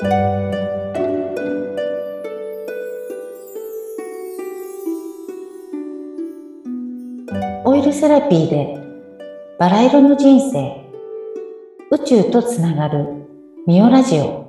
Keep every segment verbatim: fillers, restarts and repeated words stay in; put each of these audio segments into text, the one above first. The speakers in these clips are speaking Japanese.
オイルセラピーでバラ色の人生、宇宙とつながるミオラジオ。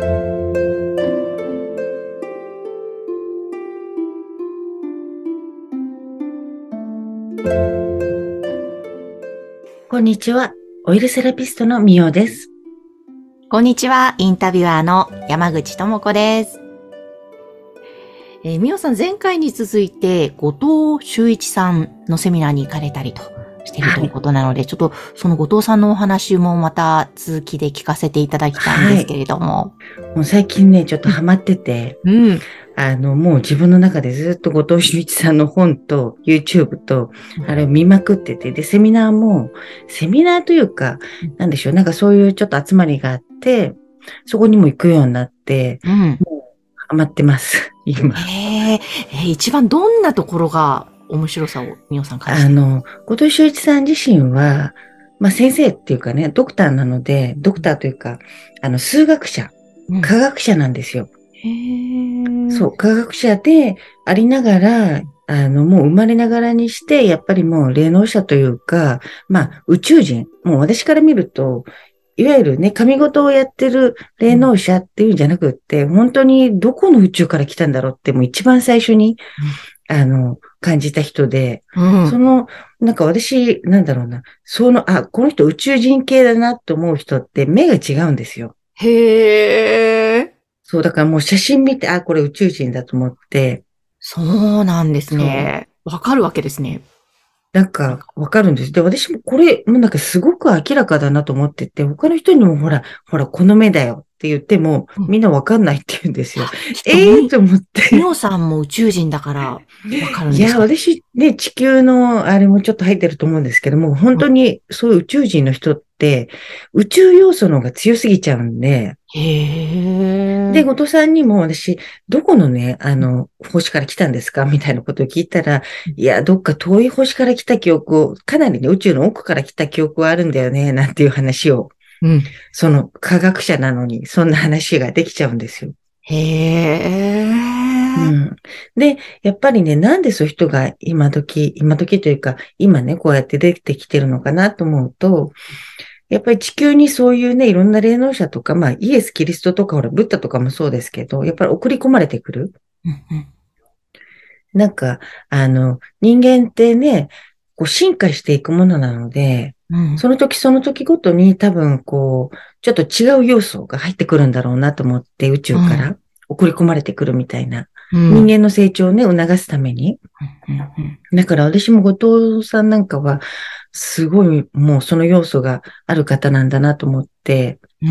こんにちは、オイルセラピストのミオです。 こんにちは、インタビュアーの山口智子です。えー、ミオさん、前回に続いて後藤修一さんのセミナーに行かれたりとしているということなので、はい、ちょっとその後藤さんのお話もまた続きで聞かせていただきたいんですけれども。 はい、もう最近ね、ちょっとハマってて、うん、あの、もう自分の中でずっと後藤修一さんの本と YouTube と、あれを見まくってて、で、セミナーも、セミナーというか、なんでしょう、なんかそういうちょっと集まりがあって、そこにも行くようになって、うん、もうハマってます、今。 へー、えー、一番どんなところが面白さをみおさん感じてる？ あの、後藤修一さん自身は、まあ先生っていうかね、ドクターなので、ドクターというか、あの、数学者、うん、科学者なんですよ。 へー。 そう、科学者でありながら、あの、もう生まれながらにして、やっぱりもう霊能者というか、まあ宇宙人、もう私から見ると、いわゆるね、神事をやってる霊能者っていうんじゃなくって、うん、本当にどこの宇宙から来たんだろうって、もう一番最初に、うん、あの、感じた人で、うん、その、なんか私、なんだろうな、その、あ、この人宇宙人系だなと思う人って目が違うんですよ。 へー。 そう、だからもう写真見て、あ、これ宇宙人だと思って。 そうなんですね。わかるわけですね。 なんか、わかるんです。で、私もこれ、もうなんかすごく明らかだなと思ってて、他の人にもほら、ほら、この目だよって言っても、うん、みんなわかんないって言うんですよ。ええー、と思って。 ミオさんも宇宙人だから、わかるんですか？ いや、私ね、地球のあれもちょっと入ってると思うんですけども、本当にそういう宇宙人の人って、宇宙要素の方が強すぎちゃうんで、 へー。 で、後藤さんにも私、どこのね、あの、星から来たんですかみたいなことを聞いたら、いや、どっか遠い星から来た記憶を、かなりね、宇宙の奥から来た記憶はあるんだよね、なんていう話を、うん、その科学者なのに、そんな話ができちゃうんですよ。 へー。 うん。で、やっぱりね、なんでそういう人が今時、今時というか、今ね、こうやって出てきてるのかなと思うと、やっぱり地球にそういうね、いろんな霊能者とか、まあ、イエス、キリストとか、ほら、ブッダとかもそうですけど、やっぱり送り込まれてくる。うんうん、なんか、あの、人間ってね、こう進化していくものなので、うん、その時その時ごとに多分こう、ちょっと違う要素が入ってくるんだろうなと思って、宇宙から送り込まれてくるみたいな。うん、人間の成長をね、促すために。うんうん、だから私も後藤さんなんかは、すごいもうその要素がある方なんだなと思って。うん。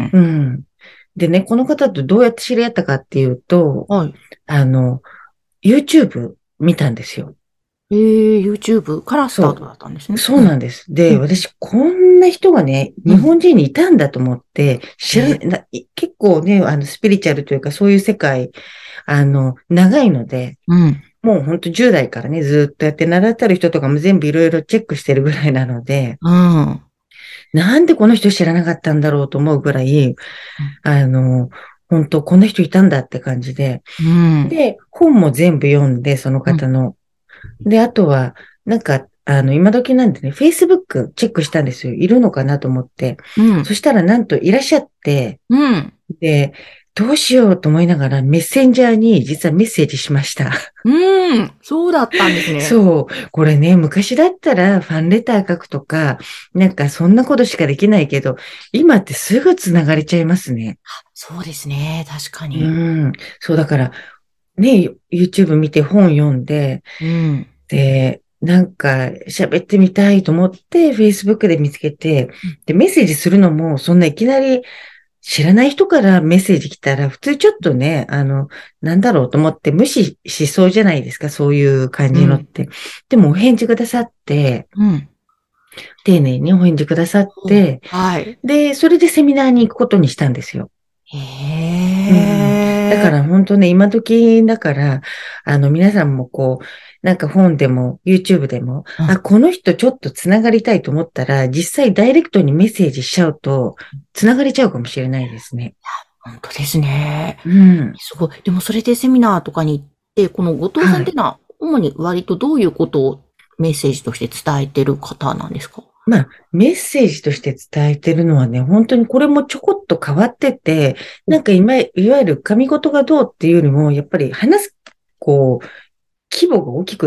うん。でね、この方とどうやって知り合ったかっていうと、はい、あの、YouTube 見たんですよ。 えー、YouTube からスタートだったんですね。 そう、そうなんです。で、うん、私、こんな人がね、日本人にいたんだと思って、知らな、えー、結構ね、あの、スピリチュアルというか、そういう世界、あの、長いので、うん、もうほんとじゅう代からね、ずっとやって習ってる人とかも全部いろいろチェックしてるぐらいなので、うん、なんでこの人知らなかったんだろうと思うぐらい、うん、あの、本当こんな人いたんだって感じで、うん、で、本も全部読んで、その方の。うん、で、あとは、なんか、あの、今時なんでね、Facebook チェックしたんですよ。いるのかなと思って。うん、そしたらなんといらっしゃって、うん、で、どうしようと思いながらメッセンジャーに実はメッセージしました。 うん、そうだったんですね。 そう。これね、昔だったらファンレター書くとか、なんかそんなことしかできないけど、今ってすぐ繋がれちゃいますね。 そうですね。確かに。 うん。そうだから、ね、YouTube 見て本読んで、うん、で、なんか喋ってみたいと思って Facebook で見つけて、で、メッセージするのもそんないきなり知らない人からメッセージ来たら普通ちょっとね、あの、なんだろうと思って無視しそうじゃないですか、そういう感じのって。うん、でもお返事くださって、うん、丁寧にお返事くださって、はい、で、それでセミナーに行くことにしたんですよ。へー。うん、だから本当ね、今時だから、あの皆さんもこう、なんか本でも YouTube でも、うん、あ、この人ちょっとつながりたいと思ったら、実際ダイレクトにメッセージしちゃうと、つながれちゃうかもしれないですね。 本当ですね。 うん。 すごい。でもそれでセミナーとかに行って、この後藤さんはい。 ってのは、主に割とどういうことをメッセージとして伝えてる方なんですか？ まあ、メッセージとして伝えてるのはね、本当にこれもちょこっと変わってて、なんか今、いわゆる神事がどうっていうよりも、やっぱり話す、こう、規模が大きくって、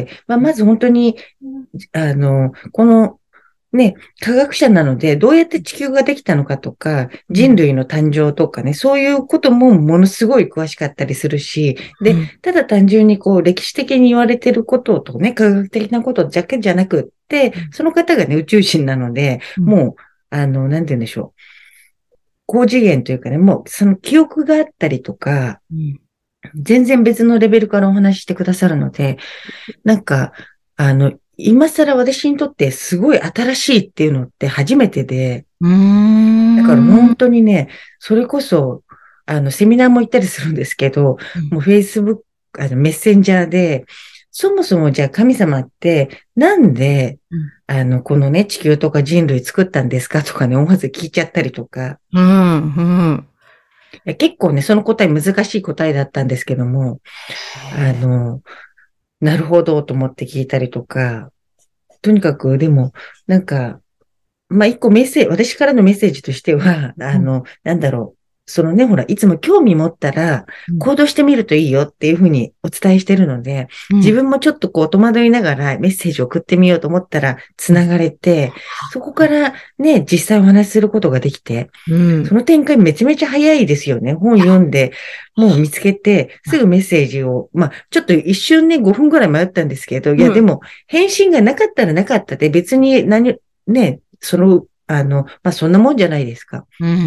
まあ、まず本当に、あの、このね、科学者なので、どうやって地球ができたのかとか、人うん、 類の誕生とかね、そういうこともものすごい詳しかったりするし、で、 うん、 ただ単純にこう、歴史的に言われてることとね、科学的なことだけじゃなくって、その方がね、宇宙人なので、 うん、 もう、あの、なんて言うんでしょう。高次元というかね、もう、その記憶があったりとか、 うん、 全然別のレベルからお話ししてくださるので、なんか、あの、今更私にとってすごい新しいっていうのって初めてで、 うーん、 だから本当にね、それこそ、あの、セミナーも行ったりするんですけど、 うん、 もう Facebook、あの、メッセンジャーで、そもそもじゃあ神様ってなんで、あの、このね、地球とか人類作ったんですかとかね、思わず聞いちゃったりとか、 うん、うん。 いや結構ね、その答え難しい答えだったんですけども、あへの、なるほどと思って聞いたりとか、とにかくでも、なんか、まあ、一個メッセージ、私からのメッセージとしては、あうん、 の、なんだろう。そのね、ほら、いつも興味持ったらうん、 行動してみるといいよっていうふうにお伝えしてるので、 うん、 自分もちょっとこう戸惑いながらメッセージを送ってみようと思ったら繋がれて、そこからね、実際お話しすることができて、 うん。 その展開めちゃめちゃ早いですよね。本いや、 読んで、もう見つけて、すぐメッセージを、まあ、ちょっと一瞬ね、ごふんぐらい迷ったんですけど、いや、でうん、 も、返信がなかったらなかったで、別に何、ね、その、あの、まあ、そんなもんじゃないですか。 うん、うん、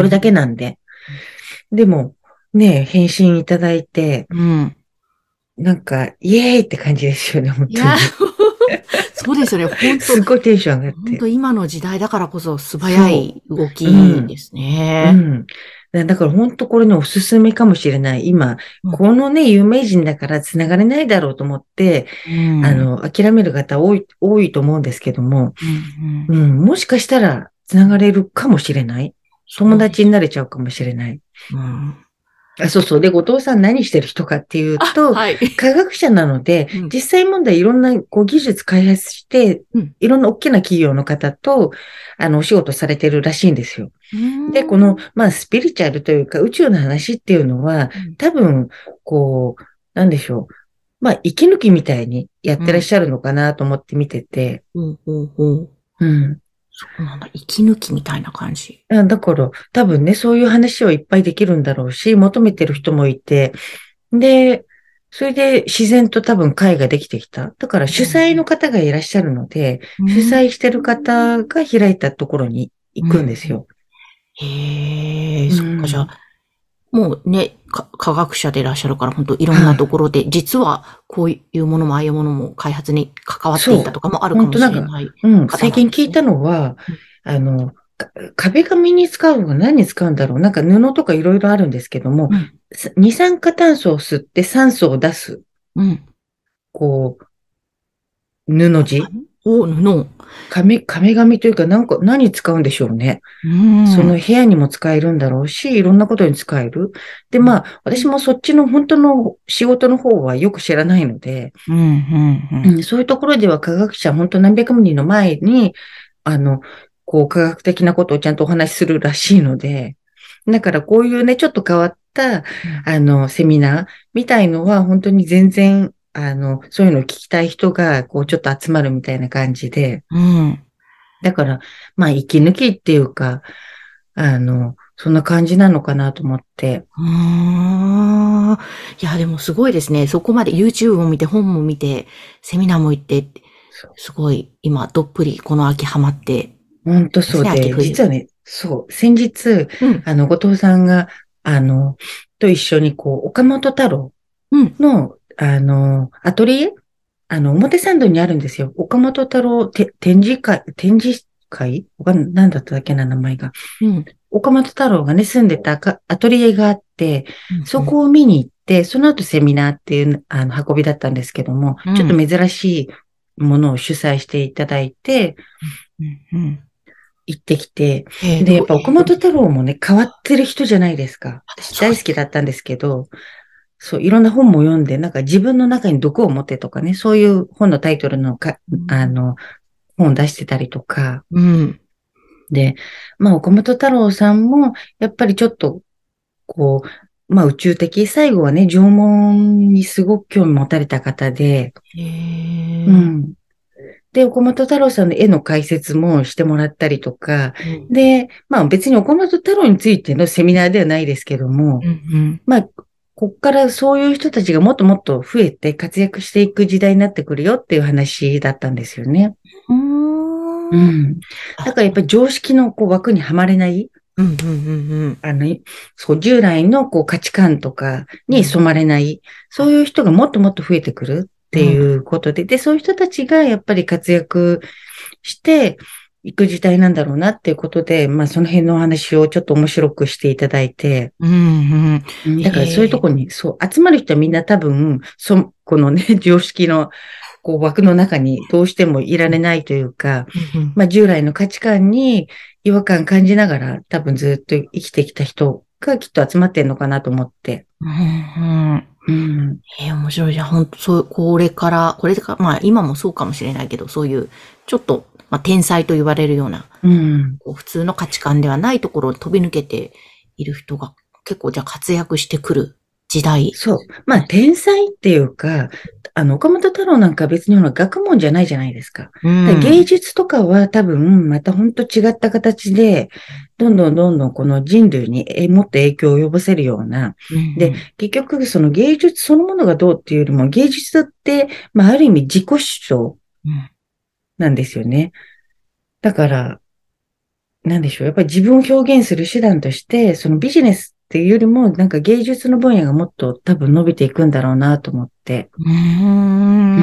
それだけなんで。でも、ね、返信いただいて、 うん。うん。 なんか、イエーイって感じですよね、本いや、 当に。 そうですよね。本当すっごいテンション上がって。 本当今の時代だからこそ素早そい動う。うん。 きですね。 うん。だだから本当これね、おすすめかもしれない。今、 うん、 このね、有名人だから繋がれないだろうと思って、 うん、 あの、諦める方多い、多いと思うんですけども、 うん、うん。 うん、もしかしたら繋がれるかもしれない。友達にそうです。 なれちゃうかもしれない。 うん。 あ、そうそう。で、後藤さん何してる人かっていうあ、 と、 はい。 科学者なので、 うん、 実際問題いろんなこう技術開発して、 うん、 いろんな大きな企業の方と、あの、お仕事されてるらしいんですよ。 うーで、この、 ん、 まあ、スピリチュアルというか、宇宙の話っていうのは、 うん、 多分、こう、なんでしょう。まあ、息抜きみたいにやっうん、 てらっしゃるのかなと思って見てて、 うん、うん、うん。 うん。 そうなんだ。息抜きみたいな感じ。 あだから、多分ね、そういう話をいっぱいできるんだろうし、求めてる人もいて、で、それで自然と多分会ができてきた。だから主催の方がいらっしゃるので、 うん、 主催してる方が開いたところに行うん、うん。 くんですよ。 へえ、 うそっか、じゃん。 あ、もうね、か科学者でいらっしゃるから、本当いろんなはい。 ところで、実はこういうものもああいうものも開発に関わっていたそう。 とかもあるかも本当なんか、 しれないうん、 方最なんですね。 近聞いたのは、 うん、 あの、か壁紙に使うのが何に使うんだろう。なんか布とかいろいろあるんですけども、 うん、 す二酸化炭素を吸って酸素を出す、 うん。 こう、布地お、布。 壁、壁紙というか、なんか、何使うんでしょうね。 うん。 その部屋にも使えるんだろうし、いろんなことに使える。で、 うん。 まあ、私もそっちの本当の仕事の方はよく知らないので、 うん、うん、うん。 うん、そういうところでは科学者、本当何百人の前に、あの、こう、科学的なことをちゃんとお話しするらしいので、だからこういうね、ちょっと変わった、 うん。 あの、セミナーみたいのは、本当に全然、あの、そういうのを聞きたい人が、こう、ちょっと集まるみたいな感じで、 うん。 だから、まあ、息抜きっていうか、あの、そんな感じなのかなと思って。 ああ。いや、でもすごいですね。そこまで YouTube も見て、本も見て、セミナーも行って、 そうすごい、今、どっぷりこの秋ハマって本当ですね、秋そうで、実冬。 はね、そう、先日、 うん。 あの、後藤さんが、あの、と一緒に、こう、岡本太郎うん。 の、あの、アトリエあの、表参道にあるんですよ。岡本太郎て展示会、展示会わかんなんだったっけな、名前が。 うん。 岡本太郎がね、住んでたかアトリエがあって、 うん。 そこを見に行って、その後セミナーっていう、あの、運びだったんですけども、ちょっとうん。 珍しいものを主催していただいて、 うん。うん。 行ってきて、 えー、 で、やどっぱ岡本太郎もね、変わってる人じゃないですか。私大好きそうです。 だったんですけど、そう、いろんな本も読んで、なんか自分の中に毒を持ってとかね、そういう本のタイトルのか、あの、本を出してたりとか、 うん。 で、まあ岡本太郎さんも、やっぱりちょっと、こう、まあ宇宙的、最後はね、縄文にすごく興味持たれた方で、 へえ。 うん。で、岡本太郎さんの絵の解説もしてもらったりとか、 うん。 で、まあ別に岡本太郎についてのセミナーではないですけども、 うん。 まあ、こっからそういう人たちがもっともっと増えて活躍していく時代になってくるよっていう話だったんですよね。 うん。うーん。 うん。だあ、 からやっぱり常識のこう枠にはまれない、 うん、うん、うん、うん。 あの、そう、従来のこう価値観とかうん。 に染まれない、そういう人がもっともっと増えてくるってうん。 いうことで、で、そういう人たちがやっぱり活躍していく時代なんだろうなっていうことで、まあその辺のお話をちょっと面白くしていただいて、 うん、うん。 うんだからそういうへえ。 とこに、そう、集まる人はみんな多分、そ、このね、常識のこう枠の中にどうしてもいられないというか、 うん、うん。 まあ従来の価値観に違和感感じながら多分ずっと生きてきた人がきっと集まってんのかなと思って。 うん、うん。 うん。 えー、面白いじゃん。本当そう、これから、これか、まあ今もそうかもしれないけど、そういう、ちょっと、まあ天才と言われるような、 うん。 こう普通の価値観ではないところを飛び抜けている人が結構じゃあ活躍してくる時代。 そう。まあ天才っていうか、あの、岡本太郎なんか別にほら学問じゃないじゃないですか。だかうら芸ん。 術とかは多分また本当違った形で、どんどんどんどんこの人類にえもっと影響を及ぼせるような。 うん、うで、 ん。 結局その芸術そのものがどうっていうよりも芸術って、まあある意味自己主張うん。 なんですよね。だから、なんでしょう。やっぱり自分を表現する手段として、そのビジネスっていうよりも、なんか芸術の分野がもっと多分伸びていくんだろうなと思って。 うーうん。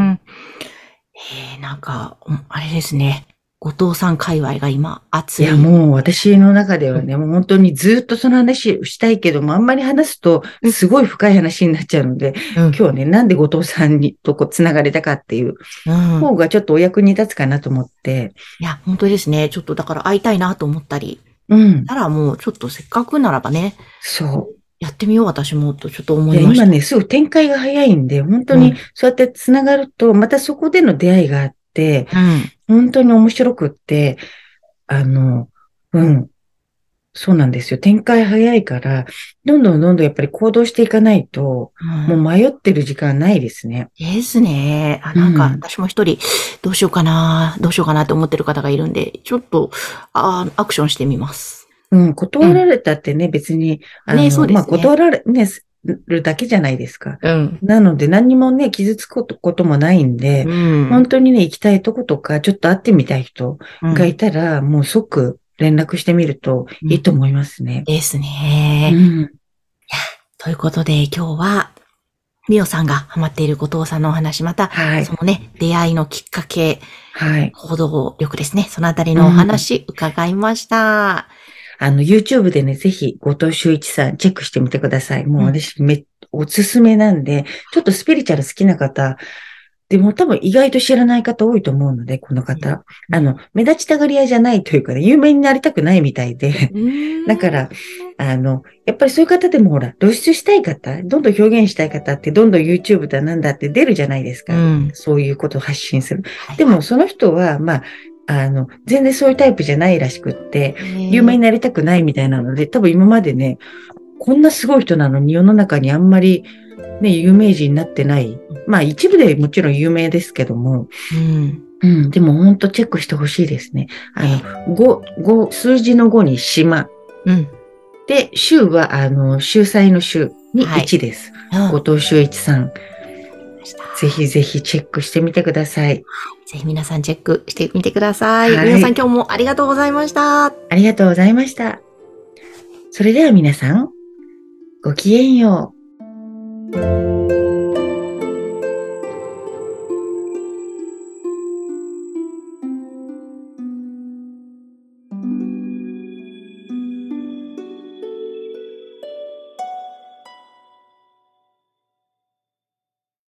ん。えー、なんか、うんあれですね。後藤さん界隈が今いや、 熱い。 もう私の中でうん。 はね、もう本当にずっとその話をしたいけども、あんまり話すとうん。 すごい深い話になっちゃうので、 うん。 今日ね、なんで後藤さんにとこう繋がれたかっていううん。 方がちょっとお役に立つかなと思って。 いや、本当ですね。ちょっとだから会いたいなと思ったり。 うん。 たらもうちょっとせっかくならばね、 そう。 やってみよう私もとちょっと思いや、 いました。 今ね、すぐ展開が早いんで、本当にうん。 そうやって繋がると、またそこでの出会いがあって、 うん。 本当に面白くって、あの、うん、そうなんですよ。展開早いから、どんどんどんどんやっぱり行動していかないと、 うん。 もう迷ってる時間ないですね。 ですね。あ、なんかうん。 私も一人どうしようかな、どうしようかなって思ってる方がいるんで、ちょっと、あ、アクションしてみます。 うん、 うん。 断られたってね、別に、あね、そうの、まあ、 ですね。 断られ、ね、するだけじゃないですか。 うん。 なので、何にもね、傷つくことこともないんで、 うん。 本当にね、行きたいとことか、ちょっと会ってみたい人がいうん。 たら、もう即連絡してみるとうん。 いいと思いますね。 ですね。 うん。 ということで今日は、みおさんがハマっている後藤さんのお話、また、 はい。 そのね、出会いのきっかけ、 はい。 行動力ですね。そのあたりのおうん。 話伺いました。 あの、YouTube でね、ぜひ、後藤修一さん、チェックしてみてください。もううん。 私、め、おすすめなんで、ちょっとスピリチュアル好きな方、でも多分意外と知らない方多いと思うので、この方。あの、目立ちたがり屋じゃないというかね、有名になりたくないみたいで。 うーん。 だから、あの、やっぱりそういう方でもほら、露出したい方、どんどん表現したい方って、どんどん YouTube だなんだって出るじゃないですか。 うん。 そういうことを発信する。 はいはでも、その人は、まあ、あの、全然そういうタイプじゃないらしくって、有名い。えー、 になりたくないみたいなので、多分今までね、こんなすごい人なのに世の中にあんまりね、有名人になってない。まあ一部でもちろん有名ですけども、 うん。 うん、でも本当チェックしてほしいですね。あの、ご、ご、数字のごに島。 うん。 で、週は、あの、秀才の週にはい。 いちです。 うん。わか後藤修一さん。 りました。 ぜひぜひチェックしてみてください。 ぜひ皆さんチェックしてみてください。みおさんはい。 今日もありがとうございました。 ありがとうございました。それでは皆さん、ごきげんよう。